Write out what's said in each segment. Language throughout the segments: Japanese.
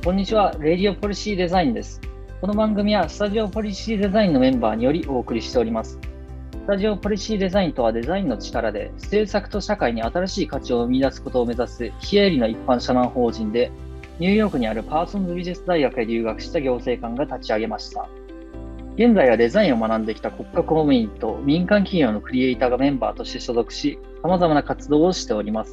こんにちは。レディオポリシーデザインです。この番組はスタジオポリシーデザインのメンバーによりお送りしております。スタジオポリシーデザインとはデザインの力で制作と社会に新しい価値を生み出すことを目指す非営利の一般社団法人で、ニューヨークにあるパーソンズ美術大学へ留学した行政官が立ち上げました。現在はデザインを学んできた国家公務員と民間企業のクリエイターがメンバーとして所属し、様々な活動をしております。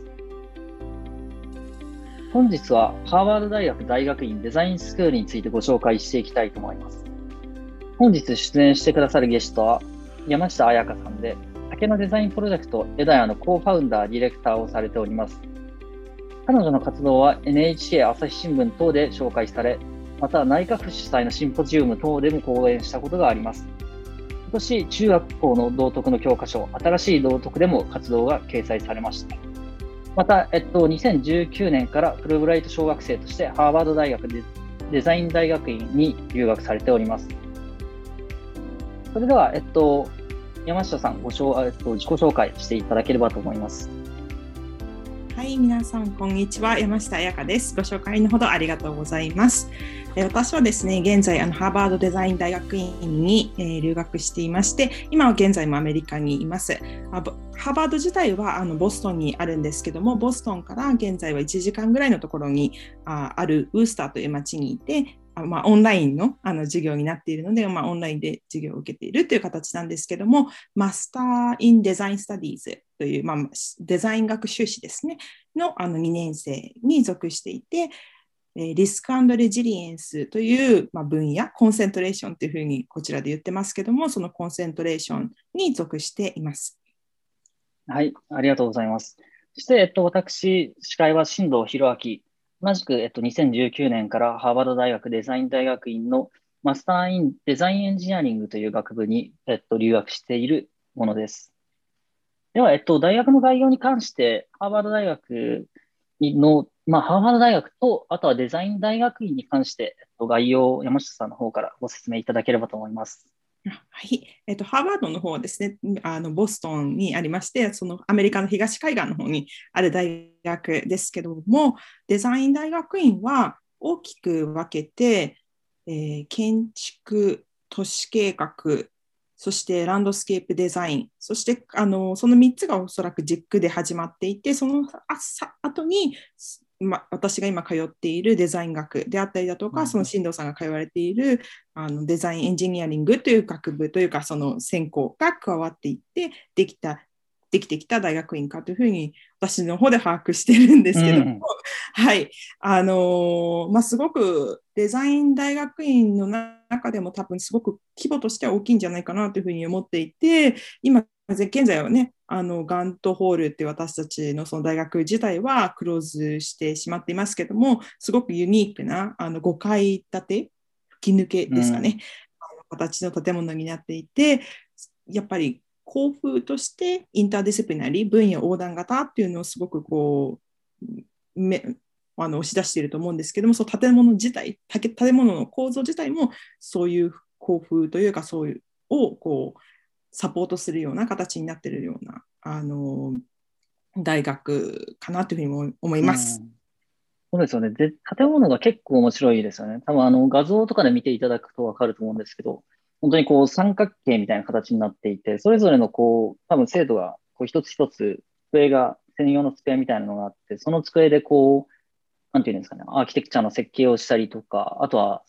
本日はハーバード大学大学院デザインスクールについてご紹介していきたいと思います。本日出演してくださるゲストは山下彩香さんで、竹のデザインプロジェクトエダヤのコーファウンダー、ディレクターをされております。彼女の活動は NHK 朝日新聞等で紹介され、また内閣府主催のシンポジウム等でも講演したことがあります。今年、中学校の道徳の教科書、新しい道徳でも活動が掲載されました。また、2019年からフルブライト小学生としてハーバード大学でデザイン大学院に留学されております。それでは、山下さん自己紹介していただければと思います。 はい、皆さんこんにちは。山下彩香です。ご紹介のほどありがとうございます。私はですね、現在ハーバードデザイン大学院に留学していまして、今は現在もアメリカにいます。ハーバード自体はボストンにあるんですけども、ボストンから現在は1時間ぐらいのところにあるウースターという町にいて、オンラインの授業になっているので、オンラインで授業を受けているという形なんですけども、マスター・イン・デザイン・スタディーズという、デザイン学修士ですね、の2年生に属していて、リスク&レジリエンスという分野、コンセントレーションというふうにこちらで言ってますけども、そのコンセントレーションに属しています。 はい、ありがとうございます。そして、私、司会は進藤博明。同じく、2019年からハーバード大学デザイン大学院のマスターインデザインエンジニアリングという学部に、留学しているものです。では、大学の概要に関して、ハーバード大学の、ハーバード大学と、あとはデザイン大学院に関して、概要を山下さんの方からご説明いただければと思います。 はい、ハーバードの方はですね、ボストンにありまして、そのアメリカの東海岸の方にある大学ですけども、デザイン大学院は大きく分けて、建築、都市計画、そしてランドスケープデザイン、そしてその3つがおそらく軸で始まっていて、その後に、私が今通っているデザイン学であったりだとか、その進藤さんが通われているデザインエンジニアリングという学部というか、その専攻が加わっていってできてきた大学院かというふうに私の方で把握してるんですけども、はい、すごくデザイン大学院の中でも多分すごく規模としては大きいんじゃないかなというふうに思っていて、現在はね、ガントホールって私たちのその大学自体はクローズしてしまっていますけども、すごくユニークな5階建て吹き抜けですかね、形の建物になっていて、やっぱり校風としてインターディスプリナリー分野横断型っていうのをすごくこう押し出していると思うんですけども、その建物の構造自体もそういう校風というか、そういうをこうサポートするような形になっているような大学かなというふうに思います。 そうですよね。で、建物が結構面白いですよね。多分画像とかで見ていただくとわかると思うんですけど、本当にこう三角形みたいな形になっていて、それぞれの多分精度が一つ一つ専用の机みたいなのがあって、その机でなんていうんですかね、アーキテクチャの設計をしたりとか、あとは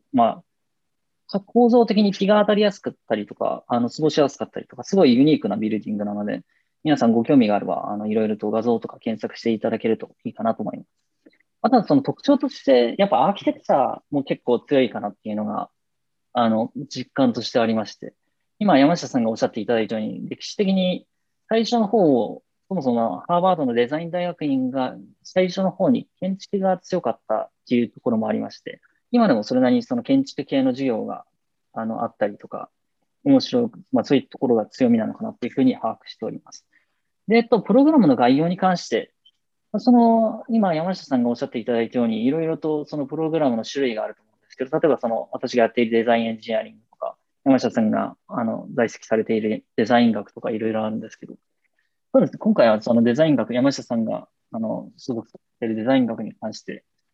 構造的に日が当たりやすかったりとか、過ごしやすかったりとか、すごいユニークなビルディングなので、皆さんご興味があれば、いろいろと画像とか検索していただけるといいかなと思います。あとはその特徴として、やっぱアーキテクチャも結構強いかなっていうのが、実感としてありまして。今、山下さんがおっしゃっていただいたように、歴史的に最初の方を、そもそもハーバードのデザイン大学院が最初の方に建築が強かったっていうところもありまして、今でもそれなりにその建築系の授業が、あったりとか、面白く、そういうところが強みなのかなっていうふうに把握しております。で、プログラムの概要に関して、今山下さんがおっしゃっていただいたように、いろいろとそのプログラムの種類があると思うんですけど、例えば私がやっているデザインエンジニアリングとか、山下さんが、在籍されているデザイン学とかいろいろあるんですけど、そうですね、今回はそのデザイン学、山下さんが、すごくやっているデザイン学に関して質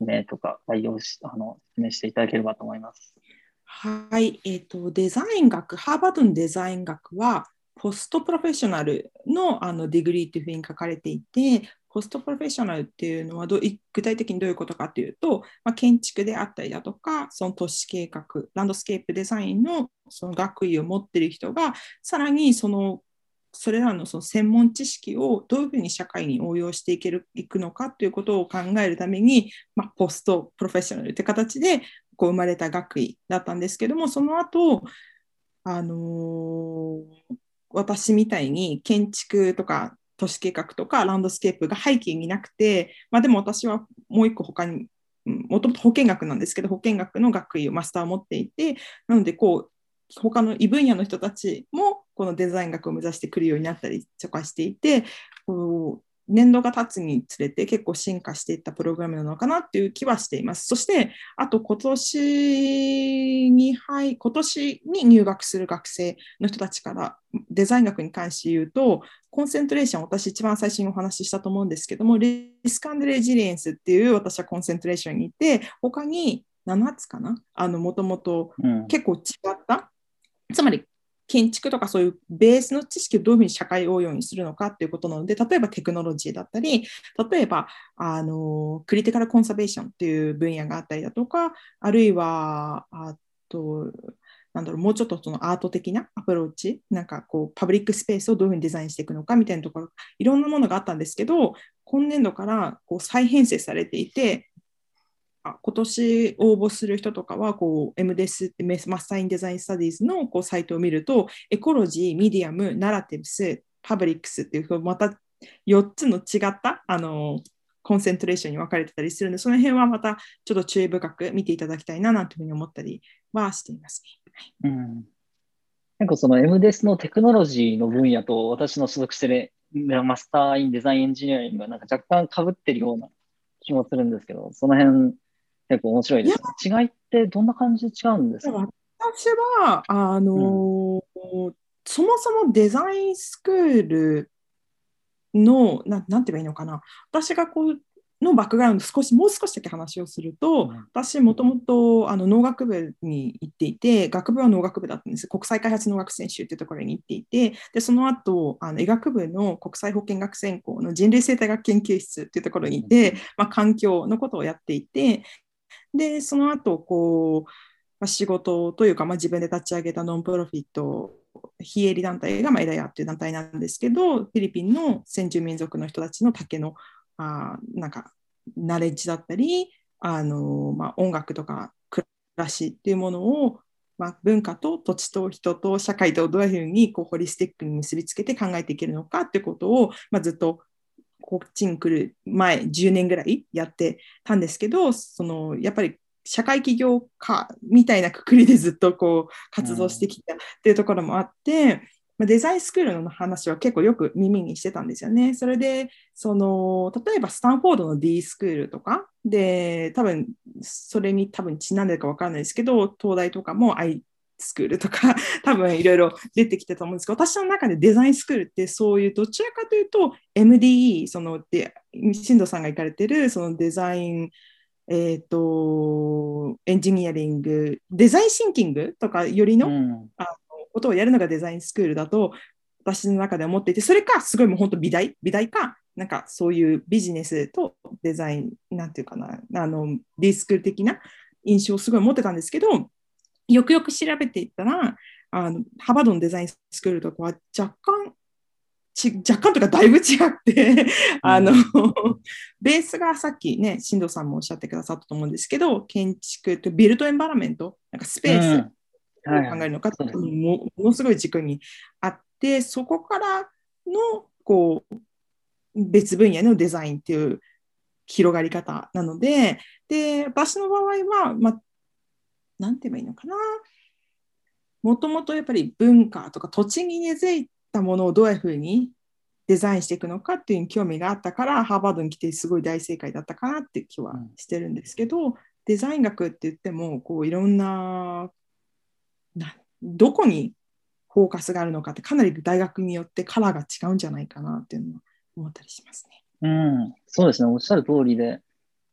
明とか概要を説明していただければと思います。 はい、デザイン学、ハーバードのデザイン学は、ポストプロフェッショナルの、ディグリーというふうに書かれていて、ポストプロフェッショナルっていうのは具体的にどういうことかというと、建築であったりだとか、その都市計画、ランドスケープデザインのその学位を持っている人が、さらにそれらのその専門知識をどういうふうに社会に応用していくのかということを考えるために、ポストプロフェッショナルという形でこう生まれた学位だったんですけども、その後、あのー私みたいに建築とか都市計画とかランドスケープが背景になくて、でも私はもう一個他に、もともと保健学なんですけど、保健学の学位をマスターを持っていて、なので他の異分野の人たちもこのデザイン学を目指してくるようになったりとかしていて、年度が経つにつれて結構進化していったプログラムなのかなっていう気はしています。そして、あと今年に入学する学生の人たちからデザイン学に関して言うと、コンセントレーション、私一番最初にお話ししたと思うんですけども、リスク&レジリエンスっていう私はコンセントレーションにいて、他に7つかな、もともと結構違った、つまり建築とかそういうベースの知識をどういうふうに社会応用にするのかっていうことなので、例えばテクノロジーだったり、例えばクリティカルコンサベーションっていう分野があったりだとか、あるいはもうちょっとそのアート的なアプローチ、なんかこうパブリックスペースをどういうふうにデザインしていくのかみたいなところ、いろんなものがあったんですけど、今年度からこう再編成されていて、今年応募する人とかはMDES マスター・イン・デザイン・スタディーズのサイトを見ると、エコロジー、ミディアム、ナラティブス、パブリックスっていうまた4つの違ったコンセントレーションに分かれてたりするので、その辺はまたちょっと注意深く見ていただきたいななんていうふうに思ったりはしていますね。結構その MDES のテクノロジーの分野と私の所属してるマスターインデザインエンジニアリングがなんか若干被ってるような気もするんですけど、その辺結構面白いですよね。違いってどんな感じで違うんですか？ 私はそもそもデザインスクールのなんて言えばいいのかな、私がのバックグラウンドもう少しだけ話をすると、私もともと農学部に行っていて、学部は農学部だったんです。国際開発農学専修というところに行っていて、でその後医学部の国際保健学専攻の人類生態学研究室というところにいて、環境のことをやっていて、でその後仕事というか、自分で立ち上げたノンプロフィット非営利団体がエダヤという団体なんですけど、フィリピンの先住民族の人たちの竹のなんかナレッジだったり、音楽とか暮らしっていうものを、文化と土地と人と社会とどういうふうにホリスティックに結びつけて考えていけるのかってことを、ずっとこっちに来る前10年ぐらいやってたんですけど、やっぱり社会起業家みたいなくくりでずっと活動してきたっていうところもあって、デザインスクールの話は結構よく耳にしてたんですよね。それで例えばスタンフォードの D スクールとかで、多分それにちなんでるか分からないですけど、東大とかも I スクールとか多分いろいろ出てきてたと思うんですけど、私の中でデザインスクールってそういうどちらかというと MDE、新藤さんが行かれてるそのデザインエンジニアリング、デザインシンキングとかよりの、ことをやるのがデザインスクールだと、私の中で思っていて、それか、すごいもう本当美大か、なんかそういうビジネスとデザイン、なんていうかな、Dスクール的な印象をすごい持ってたんですけど、よくよく調べていったら、ハーバードのデザインスクールとかは若干というかだいぶ違ってベースがさっきね、進藤さんもおっしゃってくださったと思うんですけど、建築とビルトエンバラメント、なんかスペースを考えるのかっていうのもものすごい軸にあって、そこからの別分野のデザインっていう広がり方なので、私の場合は、なんて言えばいいのかな、もともとやっぱり文化とか土地に根付いたものをどういうふうにデザインしていくのかっていう興味があったから、ハーバードに来てすごい大正解だったかなって気はしてるんですけど、デザイン学って言ってもいろんなどこにフォーカスがあるのかってかなり大学によってカラーが違うんじゃないかなっていうのは思ったりしますね。 そうですね。おっしゃる通りで、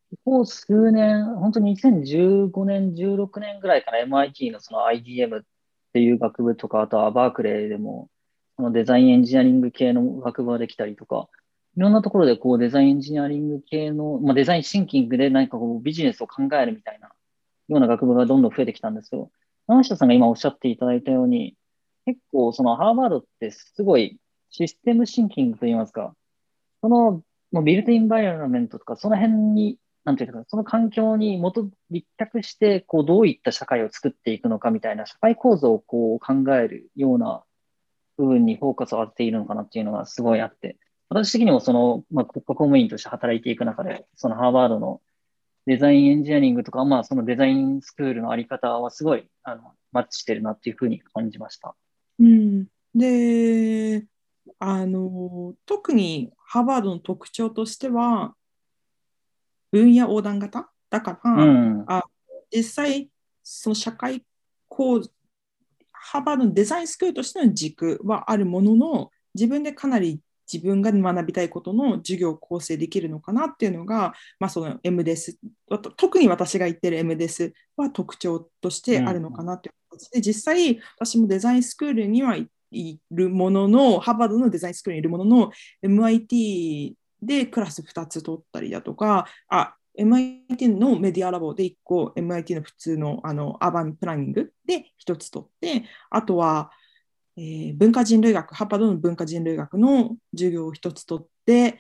ここ数年、本当に2015年、16年ぐらいから MIT のその IDM っていう学部とか、あとはバークレーでも、そのデザインエンジニアリング系の学部ができたりとか、いろんなところでこうデザインエンジニアリング系の、まあ、デザインシンキングで何かこうビジネスを考えるみたいなような学部がどんどん増えてきたんですよ。山下さんが今おっしゃっていただいたように、結構そのハーバードってすごいシステムシンキングといいますか、その、もうビルトインバイロメントとか、その辺に、なんていうか、その環境に立脚して、こう、どういった社会を作っていくのかみたいな、社会構造をこう考えるような部分にフォーカスを当てているのかなっていうのがすごいあって、私的にもその、まあ、国家公務員として働いていく中で、そのハーバードのデザインエンジニアリングとか、まあ、そのデザインスクールのあり方はすごい、マッチしてるなっていうふうに感じました。 うん、で、特にハーバードの特徴としては、分野横断型だかうら、 ん。 実際、その社会構ハーバードのデザインスクールとしての軸はあるものの、自分でかなり自分が学びたいことの授業を構成できるのかなっていうのが、まあ、その MDES、特に私が言ってる MDES は特徴としてあるのかうん。 なっていう形で、実際、私もデザインスクールにはいるものの、ハーバードのデザインスクールにいるものの、MIT でクラス2つ取ったりだとか、MIT のメディアラボで1個、MIT の普通の、アーバンプランニングで1つ取って、あとは、文化人類学、ハーバードの文化人類学の授業を1つ取って、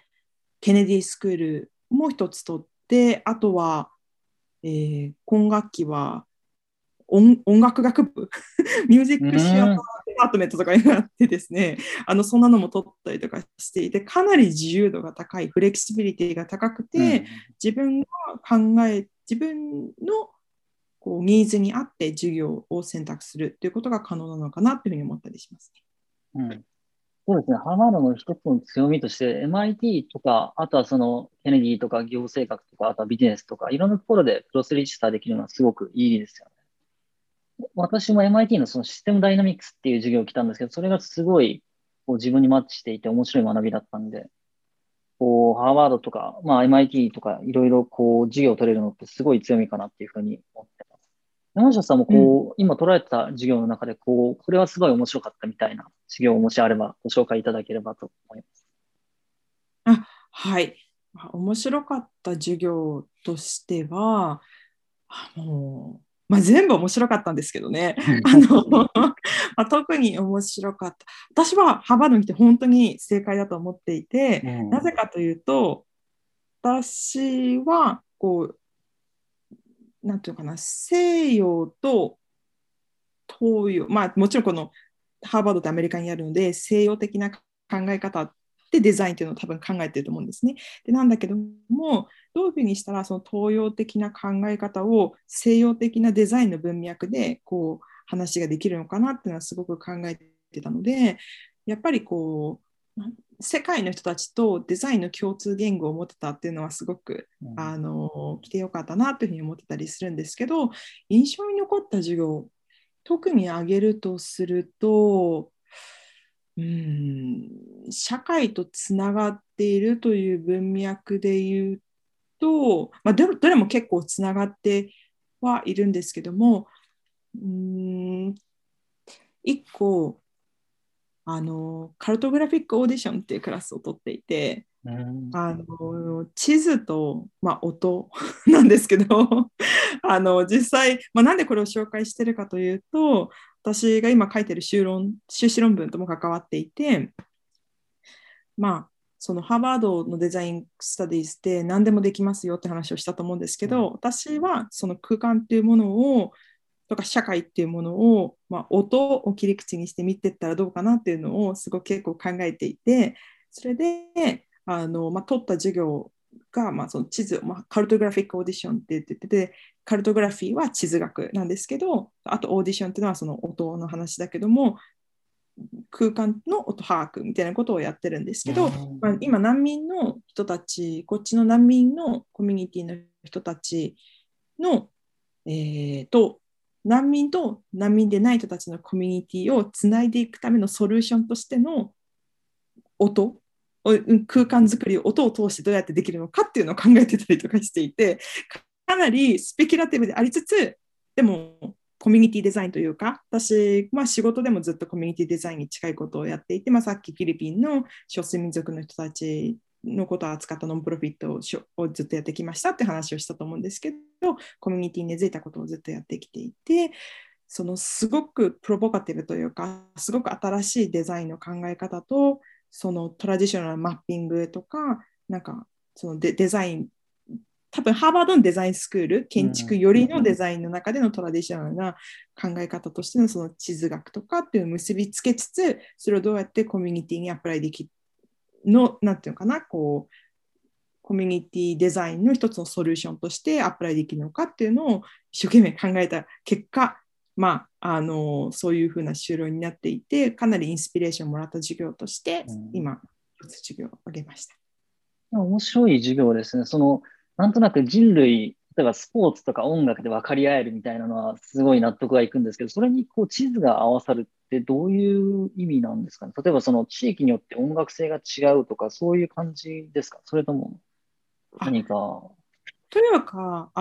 ケネディスクールも1つ取って、あとは、今学期は音楽学部ミュージうックシアターん。 デパートメントとかになってですね、そんなのも取ったりとかしていて、かなり自由度が高い、フレキシビリティが高くて、 うん。 自分のこうニーズに合って授業を選択するということが可能なのかなというふうに思ったりしますね。 うん。そうですね。ハーバードの一つの強みとして、MIT とか、あとはその、ケネディとか行政学とか、あとはビジネスとか、いろんなところでクロスレジスターできるのはすごくいいですよね。私も MIT のそのシステムダイナミクスっていう授業を来たんですけど、それがすごい、こう自分にマッチしていて面白い学びだったんで、こう、ハーバードとか、まあ MIT とか、いろいろこう、授業を取れるのってすごい強みかなっていうふうに思ってます。山下さんもうん、 こう、今取られてた授業の中で、こう、これはすごい面白かったみたいな授業をもしあればご紹介いただければと思います。 はい。面白かった授業としては、全部面白かったんですけどね。特に面白かった。私はハーバードに来て本当に正解だと思っていて、 うん。 なぜかというと、私はこう、なんていうのかな、西洋と東洋、まあもちろんこのハーバードってアメリカにあるので、西洋的な考え方でデザインっていうのを多分考えてると思うんですね。でなんだけども、どういうふうにしたらその東洋的な考え方を西洋的なデザインの文脈でこう話ができるのかなっていうのはすごく考えてたので、やっぱりこう、世界の人たちとデザインの共通言語を持ってたっていうのはすごくうん。 来てよかったなというふうに思ってたりするんですけど、印象に残った授業、特に挙げるとすると、社会とつながっているという文脈で言うと、どれも結構つながってはいるんですけども、一個カルトグラフィックオーディションっていうクラスを取っていて、 うん。 地図と、音なんですけど実際、なんでこれを紹介してるかというと、私が今書いてる修士論文とも関わっていて、そのハーバードのデザインスタディーズって何でもできますよって話をしたと思うんですけど、私はその空間っていうものをとか社会っていうものを、音を切り口にして見ていったらどうかなっていうのをすごく結構考えていて、それで取った授業が、その地図、カルトグラフィックオーディションって言ってて、カルトグラフィーは地図学なんですけど、あとオーディションっていうのはその音の話だけども、空間の音把握みたいなことをやってるんですうけど、 ん。 今難民の人たち、こっちの難民のコミュニティの人たちの、難民と難民でない人たちのコミュニティをつないでいくためのソリューションとしての音空間作りを音を通してどうやってできるのかっていうのを考えてたりとかしていて、かなりスペキュラティブでありつつ、でもコミュニティデザインというか、私、仕事でもずっとコミュニティデザインに近いことをやっていて、さっきフィリピンの少数民族の人たちのことを扱ったノンプロフィットをずっとやってきましたって話をしたと思うんですけど、コミュニティに根付いたことをずっとやってきていて、そのすごくプロボカティブというか、すごく新しいデザインの考え方と、そのトラディショナルなマッピングとか、なんかそのデザイン、多分ハーバードのデザインスクール、建築寄りのデザインの中でのトラディショナルな考え方としてのその地図学とかっていうのを結びつけつつ、それをどうやってコミュニティにアプライできるの、なんていうのかな、こう、コミュニティデザインの一つのソリューションとしてアプライできるのかっていうのを一生懸命考えた結果、そういうふうな就労になっていて、かなりインスピレーションをもらった授業として、今、一つ授業を挙げました。 面白い授業ですね。なんとなく人類、例えばスポーツとか音楽で分かり合えるみたいなのはすごい納得がいくんですけど、それにこう地図が合わさるってどういう意味なんですかね。例えばその地域によって音楽性が違うとか、そういう感じですか？それとも何か。 というか、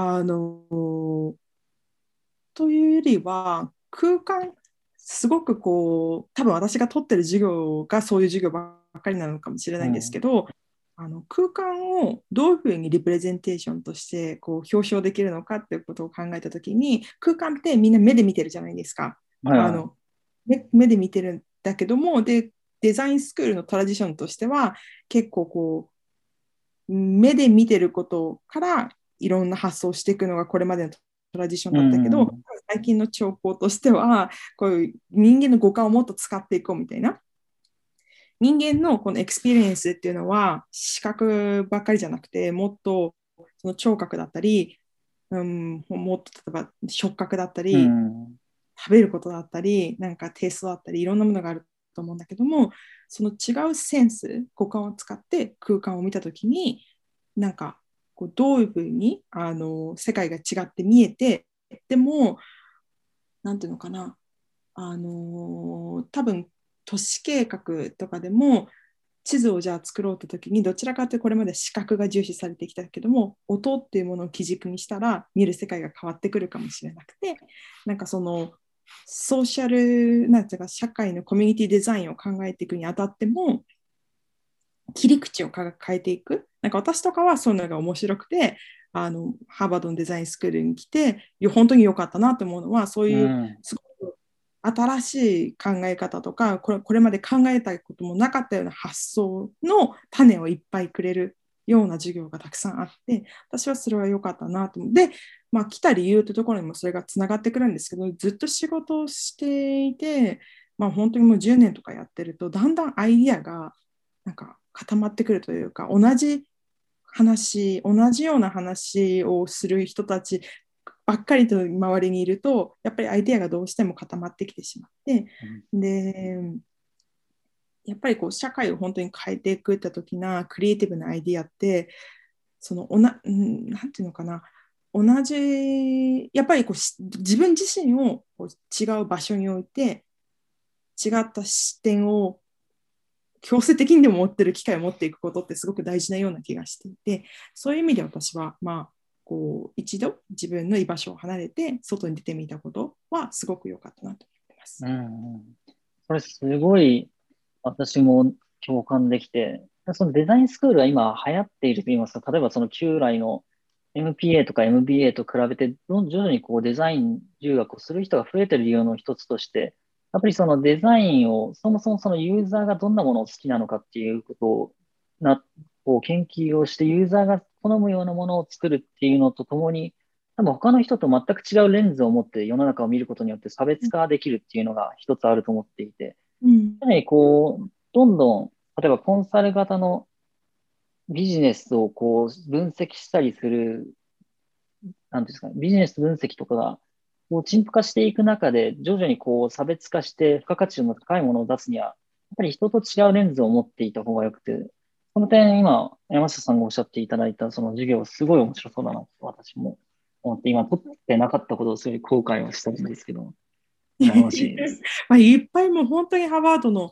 というよりは、空間、すごくこう、多分私が取ってる授業がそういう授業ばっかりなのかもしれないんですけど、空間をどういうふうにリプレゼンテーションとしてこう表彰できるのかっていうことを考えたときに、空間ってみんな目で見てるじゃないですか。目で見てるんだけども、デザインスクールのトラディションとしては、結構こう、目で見てることからいろんな発想をしていくのがこれまでのトラディションだったけど、最近の兆候としては、こういう人間の五感をもっと使っていこうみたいな。人間のこのエクスペリエンスっていうのは視覚ばっかりじゃなくて、もっとその聴覚だったり、もっと例えば触覚だったり、食べることだったり、なんかテイストだったり、いろんなものがあると思うんだけども、その違うセンス、五感を使って空間を見たときに、なんかこうどういうふうに世界が違って見えて、でも、なんていうのかな、多分都市計画とかでも地図をじゃあ作ろうって時にどちらかというとこれまで視覚が重視されてきたけども、音っていうものを基軸にしたら見る世界が変わってくるかもしれなくて、なんかそのソーシャルなんていうか社会のコミュニティデザインを考えていくにあたっても切り口を変えていく。なんか私とかはそういうのが面白くて、ハーバードのデザインスクールに来て本当に良かったなと思うのは、そういうすごく新しい考え方とかこれまで考えたこともなかったような発想の種をいっぱいくれるような授業がたくさんあって、私はそれは良かったなと思って、来た理由というところにもそれがつながってくるんですけど、ずっと仕事をしていて、本当にもう10年とかやってるとだんだんアイディアがなんか固まってくるというか、同じような話をする人たちばっかりと周りにいると、やっぱりアイデアがどうしても固まってきてしまって、で、やっぱりこう社会を本当に変えていくって時なクリエイティブなアイデアって、なんていうのかな、やっぱりこう自分自身をこう違う場所に置いて、違った視点を強制的にでも持ってる機会を持っていくことってすごく大事なような気がしていて、そういう意味で私はこう一度自分の居場所を離れて外に出てみたことはすごく良かったなと思ってます。 これすごい私も共感できて、そのデザインスクールは今流行っていると言いますか、例えばその旧来の MPA とか MBA と比べて徐々にこうデザイン留学をする人が増えている理由の一つとして、やっぱりそのデザインを、そもそもそのユーザーがどんなものを好きなのかっていうことをこう研究をして、ユーザーが好むようなものを作るっていうのとともに、多分他の人と全く違うレンズを持って世の中を見ることによって差別化できるっていうのが一つあると思っていて、やはりこう、どんどん、例えばコンサル型のビジネスをこう分析したりする、なんていうんですかね、ビジネス分析とかがこう陳腐化していく中で、徐々にこう差別化して付加価値の高いものを出すには、やっぱり人と違うレンズを持っていた方がよくて、この点、今、山下さんがおっしゃっていただいたその授業、すごい面白そうだなと私も思って、今、取ってなかったことをすごい後悔はしたんですけど、羨ましいです。 いっぱいもう本当にハーバードの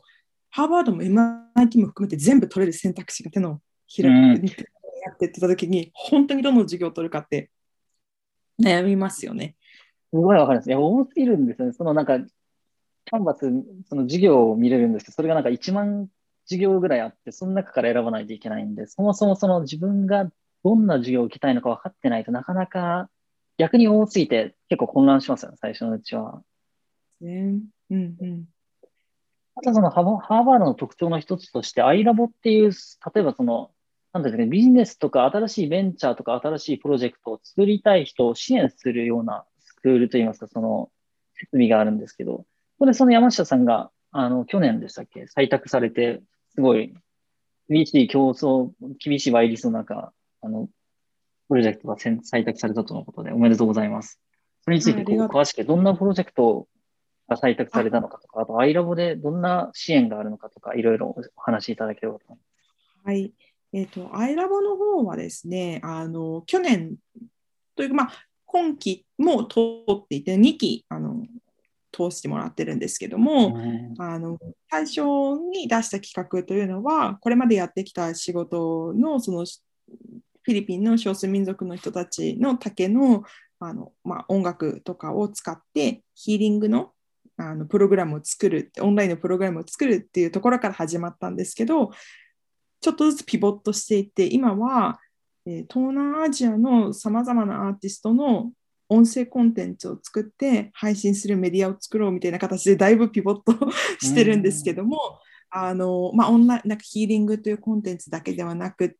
ハーバードも MIT も含めて全部取れる選択肢が手のひらうん。 にやってってたときに、本当にどの授業を取るかって悩みますよね。 すごいわかります。いや、多すぎるんですよね。そのなんか、キャンバス、その授業を見れるんですけど、それがなんか1万授業ぐらいあって、その中から選ばないといけないんで、そもそもその自分がどんな授業を受けたいのか分かってないとなかなか逆に多すぎて結構混乱しますよね、最初のうちは。 ね。うんうん。 あとそのハーバードの特徴の一つとして、アイラボっていう、例えばその、なんていうんですかね、ビジネスとか新しいベンチャーとか新しいプロジェクトを作りたい人を支援するようなスクールといいますか、その設備があるんですけど、ここでその山下さんが、去年でしたっけ、採択されて、すごい厳しい競争、厳しい倍率の中、プロジェクトが採択されたとのことで、おめでとうございます。それについてありがとう。 詳しく、どんなプロジェクトが採択されあ、 たのかとか、あと、アイラボでどんな支援があるのかとか、いろいろお話しいただければと思います。 はい。アイラボの方はですね、去年というか、まあ、今期も通っていて、2期通してもらってるんですけどうも、 ん。 最初に出した企画というのは、これまでやってきた仕事の、フィリピンの少数民族の人たちの竹の、音楽とかを使ってヒーリングの、プログラムを作る、オンラインのプログラムを作るっていうところから始まったんですけど、ちょっとずつピボットしていって、今は、東南アジアのさまざまなアーティストの音声コンテンツを作って配信するメディアを作ろうみたいな形でだいぶピボットうしてるんですけん。 ども、オンライン、なんかヒーリングというコンテンツだけではなくって、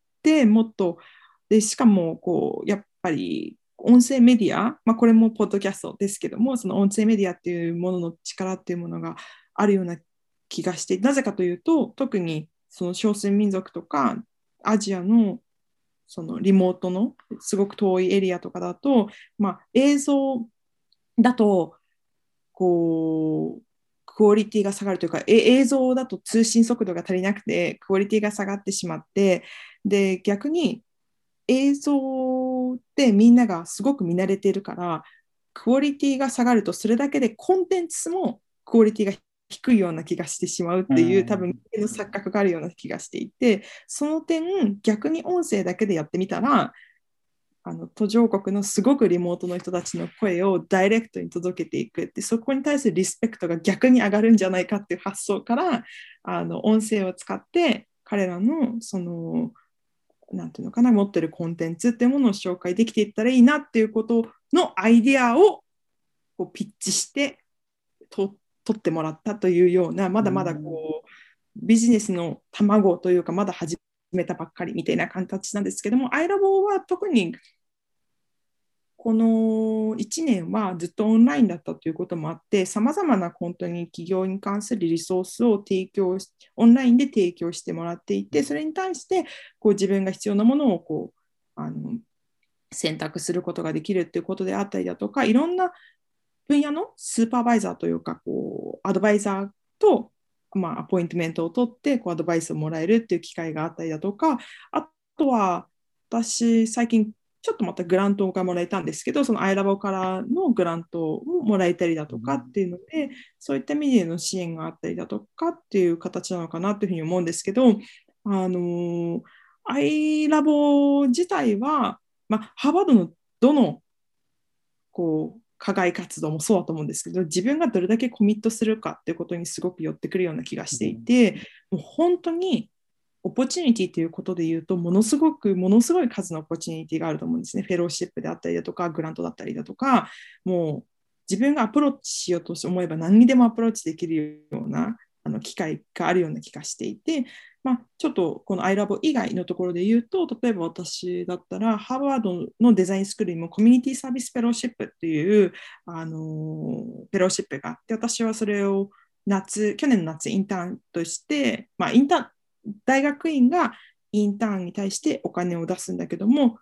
もっと、で、しかも、やっぱり、音声メディア、これもポッドキャストですけども、その音声メディアっていうものの力っていうものがあるような気がして、なぜかというと、特にその少数民族とかアジアのそのリモートのすごく遠いエリアとかだと、映像だとクオリティが下がるというか、映像だと通信速度が足りなくてクオリティが下がってしまって、で逆に映像ってみんながすごく見慣れているからクオリティが下がるとそれだけでコンテンツもクオリティが低いような気がしてしまうっうていう多分ん。 の錯覚があるような気がしていて、その点逆に音声だけでやってみたら途上国のすごくリモートの人たちの声をダイレクトに届けていくって、そこに対するリスペクトが逆に上がるんじゃないかっていう発想から音声を使って彼らのなんていうのかな、持ってるコンテンツっていうものを紹介できていったらいいなっていうことのアイデアをピッチして取ってもらったというような、まうだまだん。 ビジネスの卵というか、まだ始めたばっかりみたいな形なんですけども、アイラボは特にこの1年はずっとオンラインだったということもあって、さまざまな本当に企業に関するリソースをオンラインで提供してもらっていて、それに対して自分が必要なものを選択することができるということであったりだとか、いろんな分野のスーパーバイザーというか、アドバイザーと、アポイントメントを取って、アドバイスをもらえるっていう機会があったりだとか、あとは、私、最近、ちょっとまたグラントがもらえたんですけど、そのアイラボからのグラントをもらえたりだとかっていうので、そういったメディアの支援があったりだとかっていう形なのかなというふうに思うんですけど、アイラボ自体は、ハーバードのどの課外活動もそうだと思うんですけど、自分がどれだけコミットするかっていうことにすごく寄ってくるような気がしていて、もう本当にオポチュニティということで言うと、ものすごい数のオポチュニティがあると思うんですね。フェローシップであったりだとか、グラントだったりだとか、もう自分がアプローチしようと思えば何にでもアプローチできるような機会があるような気がしていて、ちょっとこの iLab 以外のところで言うと、例えば私だったら、ハーバードのデザインスクールにもコミュニティサービスフェローシップっていう、フェローシップがあって、私はそれを去年の夏インターンとして、大学院がインターンに対してお金を出すんだけども、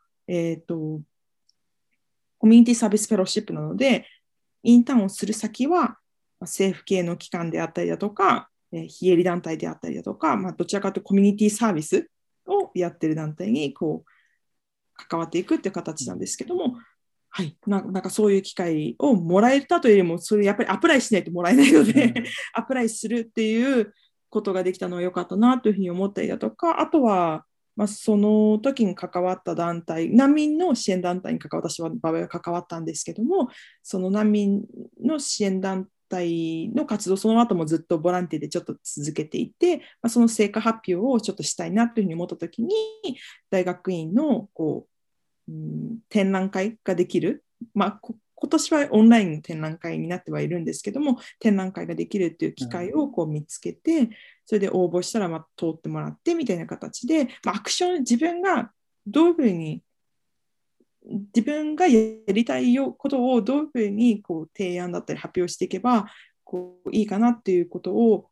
コミュニティサービスフェローシップなので、インターンをする先は政府系の機関であったりだとか、非営利団体であったりだとか、どちらかというとコミュニティサービスをやってる団体に関わっていくっていう形なんですけども、はい、なんかそういう機会をもらえたというよりも、それやっぱりアプライしないともらえないので、アプライするっていうことができたのは良かったなというふうに思ったりだとか、あとは、その時に関わった団体、難民の支援団体に私は場合は関わったんですけども、その難民の支援団体の活動、その後もずっとボランティアでちょっと続けていて、その成果発表をちょっとしたいなというふうに思った時に、大学院の展覧会ができる、今年はオンラインの展覧会になってはいるんですけども、展覧会ができるという機会を見つけて、それで応募したら通ってもらってみたいな形で、アクション、自分がどういうふうに、自分がやりたいことをどういうふうに提案だったり発表していけばいいかなっていうことを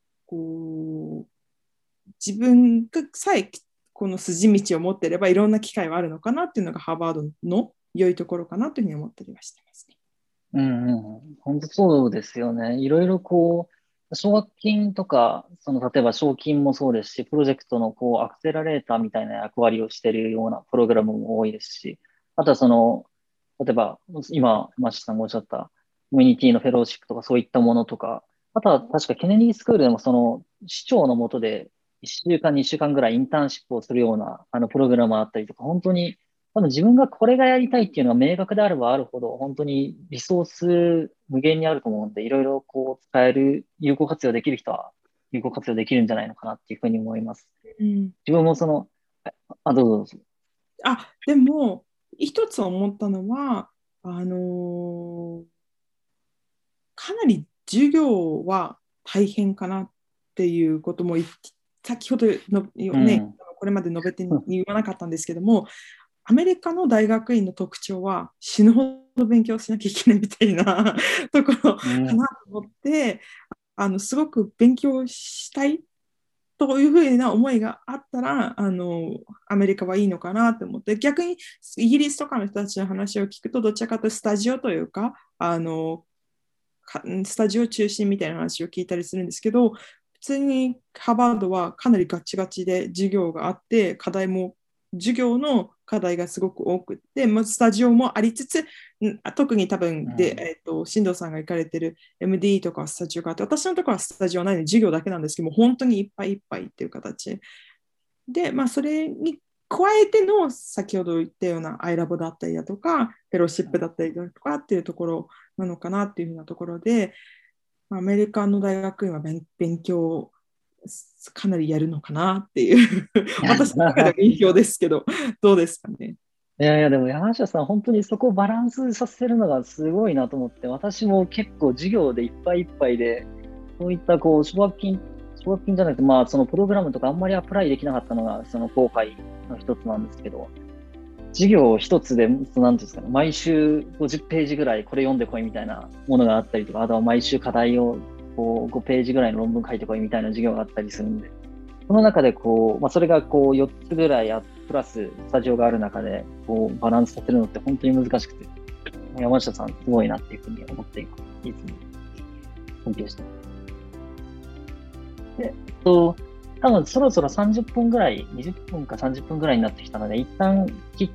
自分がさえこの筋道を持っていればいろんな機会はあるのかなっていうのがハーバードの良いところかなというふうに思ったりはしてますね。 本当そうですよね。いろいろ奨学金とか、例えば賞金もそうですし、プロジェクトのアクセラレーターみたいな役割をしているようなプログラムも多いですし、あとは例えば今、マシさんがおっしゃったコミュニティのフェローシップとかそういったものとか、あとは確かケネディスクールでも市長の下で1週間、2週間ぐらいインターンシップをするようなプログラムがあったりとか、本当に多分自分がこれがやりたいっていうのが明確であればあるほど、本当にリソース無限にあると思うんで、いろいろ使える、有効活用できる人は有効活用できるんじゃないのかなっていうふうに思います。自分もどうぞどうぞ。 でも、一つ思ったのは、かなり授業は大変かなっていうことも先ほどの、これまで述べて言わなかったんですけども、アメリカの大学院の特徴は死ぬほど勉強しなきゃいけないみたいなところかなと思って、すごく勉強したいというふうな思いがあったらアメリカはいいのかなと思って、逆にイギリスとかの人たちの話を聞くとどちらかというとスタジオというかスタジオ中心みたいな話を聞いたりするんですけど、普通にハーバードはかなりガチガチで授業があって、授業の課題がすごく多くて、スタジオもありつつ、特に多分で、進藤さんが行かれてる MD とかスタジオがあって、私のところはスタジオないので授業だけなんですけども、本当にいっぱいいっぱいっていう形で、それに加えての先ほど言ったようなアイラボだったりだとか、フェローシップだったりだとかっていうところなのかなっていうふうなところで、アメリカの大学院は勉強かなりやるのかなっていう私の中では印象ですけど、どうですかね。 いやいや、でも山下さん、本当にそこをバランスさせるのがすごいなと思って、私も結構授業でいっぱいいっぱいで、そういった奨学金じゃなくて、そのプログラムとかあんまりアプライできなかったのが、その後悔の一つなんですけど、授業一つで、なんていうんですかね、毎週50ページぐらいこれ読んでこいみたいなものがあったりとか、あとは毎週課題を5ページぐらいの論文書いてこいみたいな授業があったりするんで、その中でそれが4つぐらいプラススタジオがある中でバランスさせるのって本当に難しくて、山下さんすごいなっていうふうに思っています。いつも尊敬してます。で、多分そろそろ30分ぐらい、20分か30分ぐらいになってきたので、一旦切って、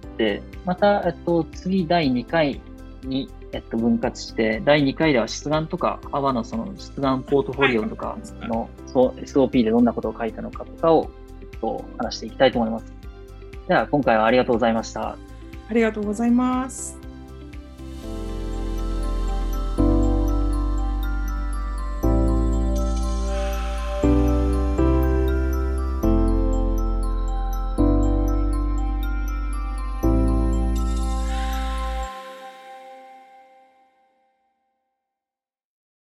また、次第2回に、分割して、第2回では出願とか、ハバのその出願ポートフォリオとかの、SOP でどんなことを書いたのかとかを、話していきたいと思います。では、今回はありがとうございました。 ありがとうございます。